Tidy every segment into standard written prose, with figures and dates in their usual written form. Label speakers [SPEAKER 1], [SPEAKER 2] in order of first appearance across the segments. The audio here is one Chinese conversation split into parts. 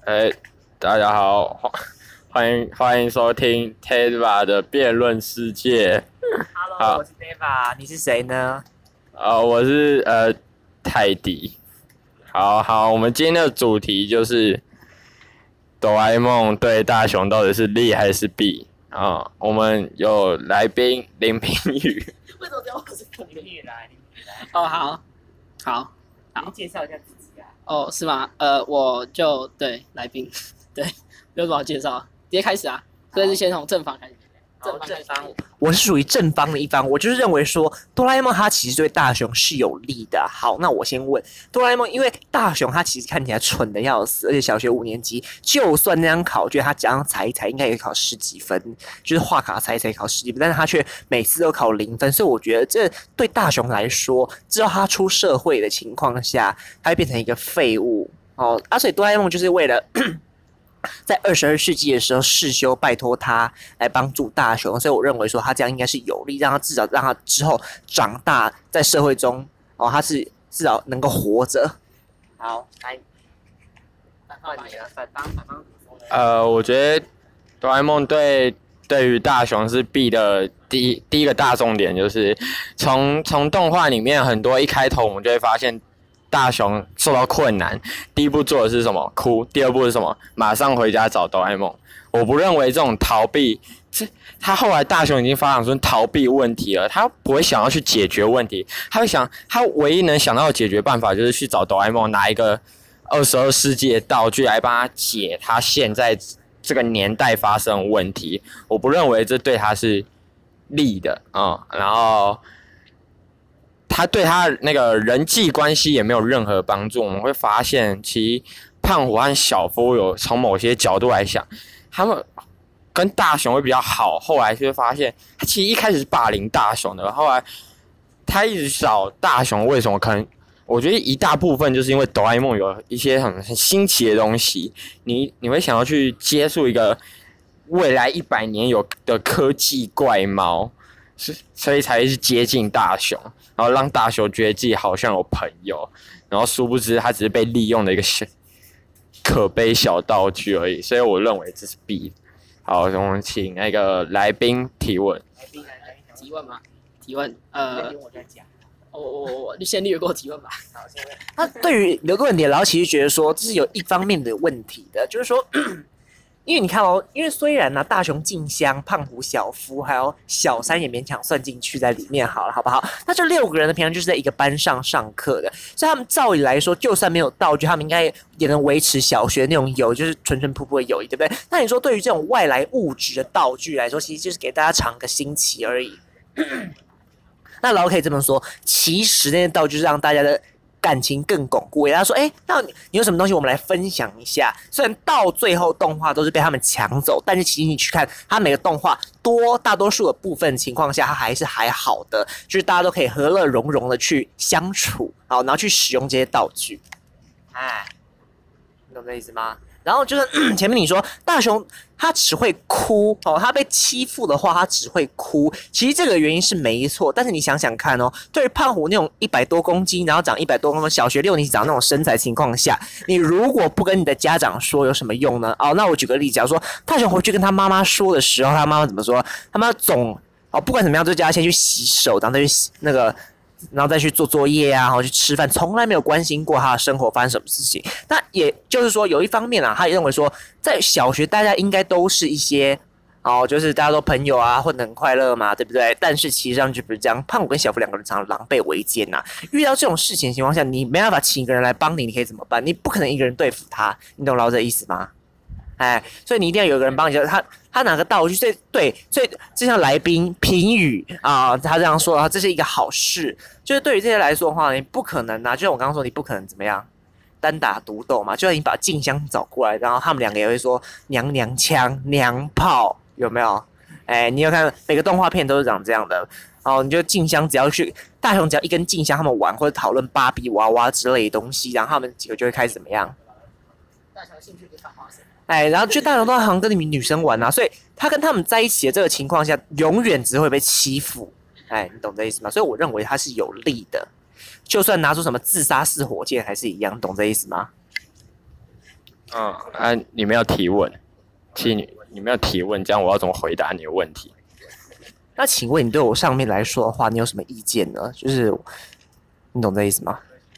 [SPEAKER 1] 哎，大家好，欢迎收听 Teva 的辩论世界。
[SPEAKER 2] Hello，我
[SPEAKER 1] 好，
[SPEAKER 2] 是 Deva，你是谁呢？
[SPEAKER 1] 我是泰迪。好，我们今天的主题就是哆啦 A 梦对大雄到底是利还是弊啊？我们有来宾林平宇。
[SPEAKER 2] 为什么叫我是林雨来？
[SPEAKER 3] 哦，好，
[SPEAKER 2] 你介绍一下自己啊。
[SPEAKER 3] 哦，是吗？我就对来宾，对，没有什么好介绍，直接开始啊。所以是先从正方开始。
[SPEAKER 2] 正方，我是属于正方的一方，我就是认为说哆啦 A 梦它其实对大雄是有利的。好，那我先问哆啦 A 梦，因为大雄他其实看起来蠢的要死，而且小学5年级，就算那张考卷他这样裁一裁，应该也考十几分，就是画卡裁一裁考十几分，但是他却每次都考0分，所以我觉得这对大雄来说，知道他出社会的情况下，他会变成一个废物哦。所以哆啦 A 梦就是为了在22世纪的时候世修拜托他来帮助大雄，所以我认为说他这样应该是有利，让他至少让他之后长大在社会中他是至少能够活着。好，来，换你了，反方
[SPEAKER 1] 我觉得哆啦 A 梦对于大雄是弊的第一个大重点，就是从动画里面很多一开头我们就会发现大雄受到困难，第一步做的是什么？哭。第二步是什么？马上回家找哆啦 A 梦。我不认为这种逃避，他后来大雄已经发展出逃避问题了，他不会想要去解决问题，他唯一能想到的解决办法就是去找哆啦 A 梦拿一个22世纪的道具来帮他解他现在这个年代发生的问题。我不认为这对他是利的然后他对他那个人际关系也没有任何帮助。我们会发现，其实胖虎和小夫有从某些角度来想，他们跟大雄会比较好。后来就会发现，他其实一开始是霸凌大雄的，后来他一直找大雄，为什么？可能我觉得一大部分就是因为哆啦 A 梦有一些很新奇的东西，你会想要去接触一个未来100年有的科技怪猫。所以才是接近大雄，然后让大雄觉得自己好像有朋友，然后殊不知他只是被利用的一个可悲小道具而已。所以我认为这是弊。好，我们请那个来宾提问。
[SPEAKER 3] 提问吗？提问，
[SPEAKER 2] 我在讲。
[SPEAKER 3] 我就先略过提问吧。
[SPEAKER 2] 好，先问。那对于留个问题，然后其实觉得说这是有一方面的问题的，就是说。因为你看因为虽然呢、大雄、静香、胖虎、小夫还有小三也勉强算进去在里面好了，好不好？那这6个人呢，平常就是在一个班上上课的，所以他们照理来说，就算没有道具，他们应该也能维持小学那种友，就是纯纯朴朴的友谊，对不对？那你说对于这种外来物质的道具来说，其实就是给大家尝个新奇而已。那老可以这么说，其实那些道具是让大家的感情更巩固。他说：“那你有什么东西，我们来分享一下。虽然到最后动画都是被他们抢走，但是其实你去看它每个动画大多数的部分情况下，它还好的，就是大家都可以和乐融融的去相处，好，然后去使用这些道具。你懂这意思吗？”然后就是前面你说大雄他只会哭他被欺负的话他只会哭，其实这个原因是没错，但是你想想看对于胖虎那种100多公斤，然后长100多公分，小学6年级长那种身材情况下，你如果不跟你的家长说有什么用呢？那我举个例子，假如说大雄回去跟他妈妈说的时候，他妈妈怎么说？他妈总不管怎么样，就叫他先去洗手，然后再去然后再去做作业啊，然后去吃饭，从来没有关心过他的生活发生什么事情。那也就是说，有一方面他也认为说，在小学大家应该都是一些就是大家都朋友啊，混得很快乐嘛，对不对？但是其实上就不是这样，胖虎跟小夫2个人常常狼狈为奸呐。遇到这种事情的情况下，你没办法请一个人来帮你，你可以怎么办？你不可能一个人对付他，你懂老子的意思吗？所以你一定要有个人帮你。他拿个道具，所以就像来宾评语他这样说这是一个好事。就是对于这些来说的话，你不可能就像我刚刚说，你不可能怎么样单打独斗嘛。就算你把静香找过来，然后他们2个也会说娘娘腔、娘炮，有没有？你有看每个动画片都是长这样的。你就静香只要去大雄，只要一跟静香他们玩或者讨论芭比娃娃之类的东西，然后他们几个就会开始怎么样？
[SPEAKER 3] 大雄兴趣不是花生。
[SPEAKER 2] 然后就大雄都好像跟你们女生玩所以他跟他们在一起的这个情况下，永远只会被欺负。你懂这意思吗？所以我认为他是有利的，就算拿出什么自杀式火箭还是一样，懂这意思吗？
[SPEAKER 1] 你没有提问，其实你没有提问，这样我要怎么回答你的问题？
[SPEAKER 2] 那请问你对我上面来说的话，你有什么意见呢？就是你懂这意思吗？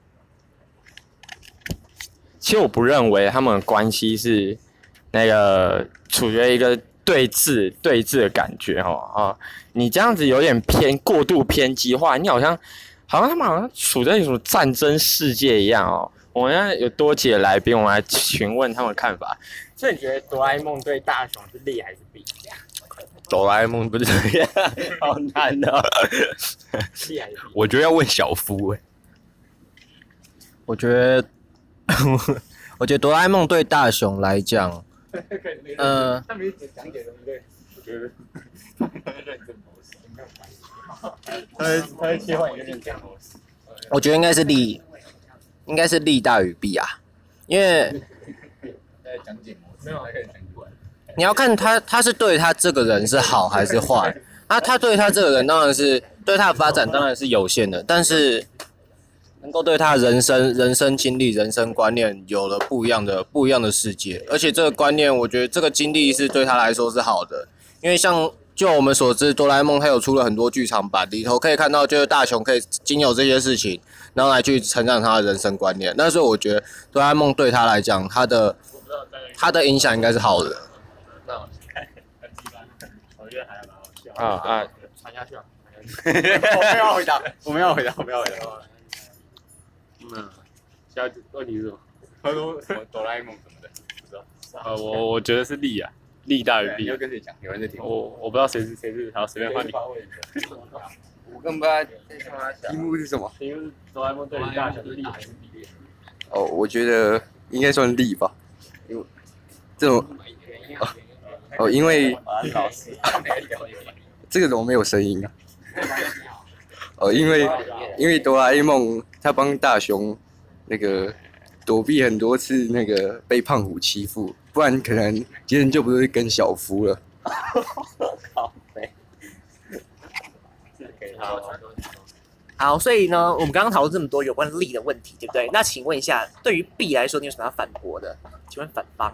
[SPEAKER 1] 其实我不认为他们的关系是那个处于一个对峙的感觉你这样子有点过度偏激化，你好像他们好像处在一种战争世界一样我们现在有多几个来宾，我们来询问他们的看法。所以你觉得哆啦 A 梦对大雄是利还是弊？
[SPEAKER 4] 哆啦 A 梦不是这样，好难哦。
[SPEAKER 1] 利还是弊？
[SPEAKER 4] 我觉得要问小夫
[SPEAKER 5] 我觉得哆啦 A 梦对大雄来讲，
[SPEAKER 1] 他们讲解的对，我觉得他认真模式没有关系，他会切换一个认真模式。
[SPEAKER 5] 我觉得应该是利大于弊啊，因为
[SPEAKER 4] 讲解模式，没有，还可以讲解。
[SPEAKER 5] 你要看他是对他这个人是好还是坏。他对他这个人当然是对他的发展当然是有限的，但是能够对他人生经历、人生观念有了不一样的世界，而且这个观念，我觉得这个经历是对他来说是好的，因为就我们所知，哆啦 A 梦它有出了很多剧场版，里头可以看到就是大雄可以经由这些事情，然后来去成长他的人生观念。那所以我觉得哆啦 A 梦对他来讲，他的影响应该是好的。
[SPEAKER 1] 我觉得还蛮好笑传下去啊！
[SPEAKER 4] 我没有回答。
[SPEAKER 1] 下一个问题是什么？
[SPEAKER 4] 他说什么哆啦 A 梦什么的，不知道。
[SPEAKER 6] 我觉得是利啊，利大于弊。
[SPEAKER 4] 你要跟谁讲？有人在听。
[SPEAKER 6] 我不知道谁是，好，随便换你。
[SPEAKER 4] 我更不知道题目是什么。
[SPEAKER 1] 题目是哆啦 A 梦对于大雄是利还是弊？
[SPEAKER 4] 我觉得应该算利吧，因为这种因为这个怎么没有声音啊？因为哆啦 A 梦他帮大雄那个躲避很多次那个被胖虎欺负，不然可能今天就不是跟小夫了。
[SPEAKER 2] 好，所以呢，我们刚刚讨论这么多有关利的问题，对不对？那请问一下，对于弊来说，你有什么要反驳的？请问反方？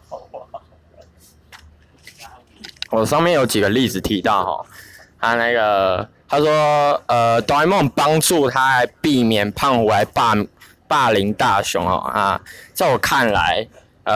[SPEAKER 1] 我上面有几个例子提到他说哆啦 A 梦帮助他来避免胖虎来霸凌大雄在我看来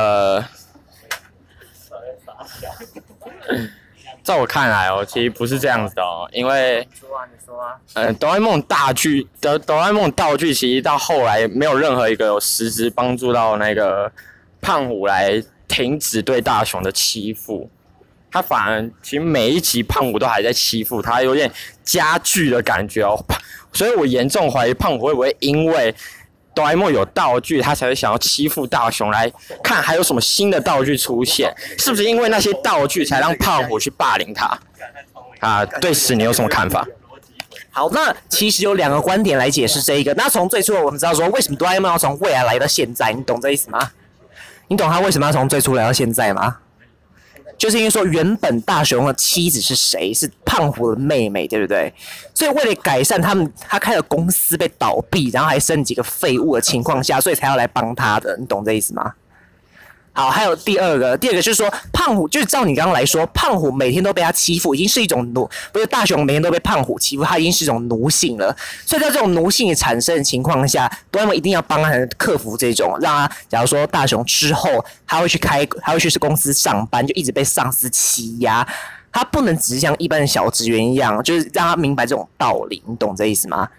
[SPEAKER 1] 其实不是这样子的因为
[SPEAKER 2] 你说啊，
[SPEAKER 1] 哆啦 A 梦哆啦 A 梦道具其实到后来没有任何一个有实质帮助到那个胖虎来停止对大雄的欺负。他反而其实每一集胖虎都还在欺负他，有点加剧的感觉所以我严重怀疑胖虎会不会因为哆啦 A 梦有道具，他才会想要欺负大雄，来看还有什么新的道具出现，是不是因为那些道具才让胖虎去霸凌他？对此你有什么看法？
[SPEAKER 2] 好，那其实有两个观点来解释这一个。那从最初我们知道说，为什么哆啦 A 梦要从未来来到现在，你懂这意思吗？你懂他为什么要从最初来到现在吗？就是因为说原本大雄的妻子是谁？是胖虎的妹妹，对不对？所以为了改善他开的公司被倒闭，然后还生几个废物的情况下，所以才要来帮他的，你懂这意思吗？好，还有第二个就是说，胖虎就是照你刚刚来说，胖虎每天都被他欺负，已经是一种不是大雄每天都被胖虎欺负，他已经是一种奴性了。所以在这种奴性产生的情况下，哆啦 A 梦一定要帮他克服这种，让他假如说大雄之后他会去公司上班，就一直被上司欺压，他不能只是像一般的小职员一样，就是让他明白这种道理，你懂这意思吗？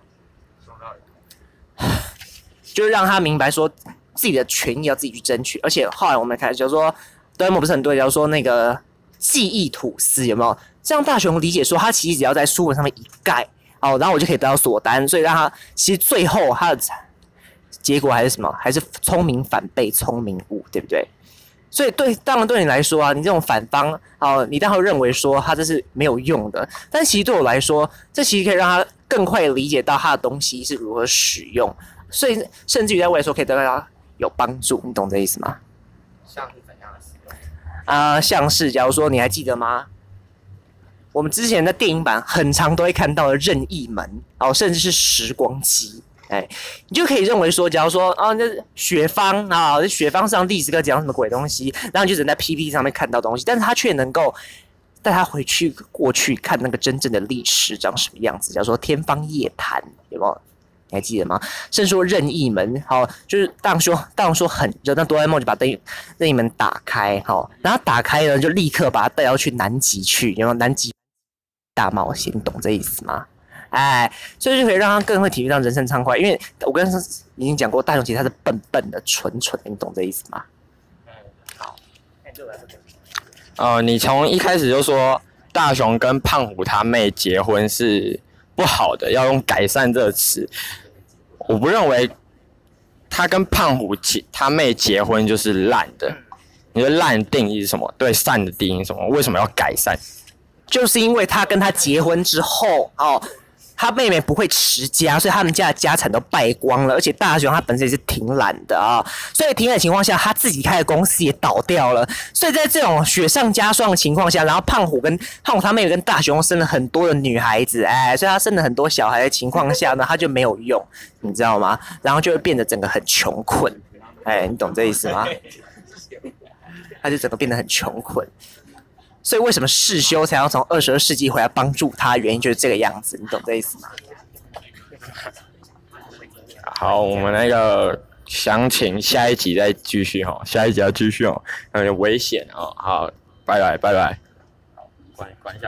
[SPEAKER 2] 就是让他明白说，自己的权益要自己去争取，而且后来我们开始就说，哆啦 A 梦不是很多人说那个记忆吐司有没有？这样大雄理解说，他其实只要在书本上面一盖然后我就可以得到锁单，所以让他其实最后他的结果还是什么？还是聪明反被聪明误，对不对？所以当然对你来说你这种反方你当然会认为说他这是没有用的，但其实对我来说，这其实可以让他更快理解到他的东西是如何使用，所以甚至于在未来说可以得到他有帮助，你懂这意思吗？
[SPEAKER 1] 像是怎样的使用？
[SPEAKER 2] 像是假如说你还记得吗？我们之前的电影版很常都会看到的任意门甚至是时光机， 你就可以认为说，假如说这雪芳啊，这雪芳上历史课讲什么鬼东西，然后你就只能在 PPT 上面看到东西，但是他却能够带他回去过去看那个真正的历史长什么样子。假如说天方夜谭，有没有？你还记得吗？甚至说任意门，好，就是大雄说很热，那哆啦 A 梦就把任意门打开，好，然后打开呢，就立刻把他带到去南极去，有没有？南极大冒险，你懂这意思吗？所以就可以让他更会体会到人生畅快。因为我刚刚已经讲过，大雄其实他是笨笨的、蠢蠢的，你懂这意思吗？好，
[SPEAKER 1] 你从一开始就说大雄跟胖虎他妹结婚是不好的，要用改善这个词。我不认为他跟胖虎他妹结婚就是烂的。你觉得烂的定义是什么？对善的定义是什么？为什么要改善？
[SPEAKER 2] 就是因为他跟他结婚之后，他妹妹不会持家，所以他们家的家产都败光了。而且大雄他本身也是挺懒的啊，所以挺懒的情况下，他自己开的公司也倒掉了。所以在这种雪上加霜的情况下，然后胖虎他妹妹跟大雄生了很多的女孩子，所以他生了很多小孩的情况下呢，他就没有用，你知道吗？然后就会变得整个很穷困，你懂这意思吗？他就整个变得很穷困。所以为什么世修才要从22世纪回来帮助他？原因就是这个样子，你懂这意思吗？
[SPEAKER 1] 好，我们那个详情下一集再继续哈，下一集要继续有点危险哦。好，拜拜。关一下。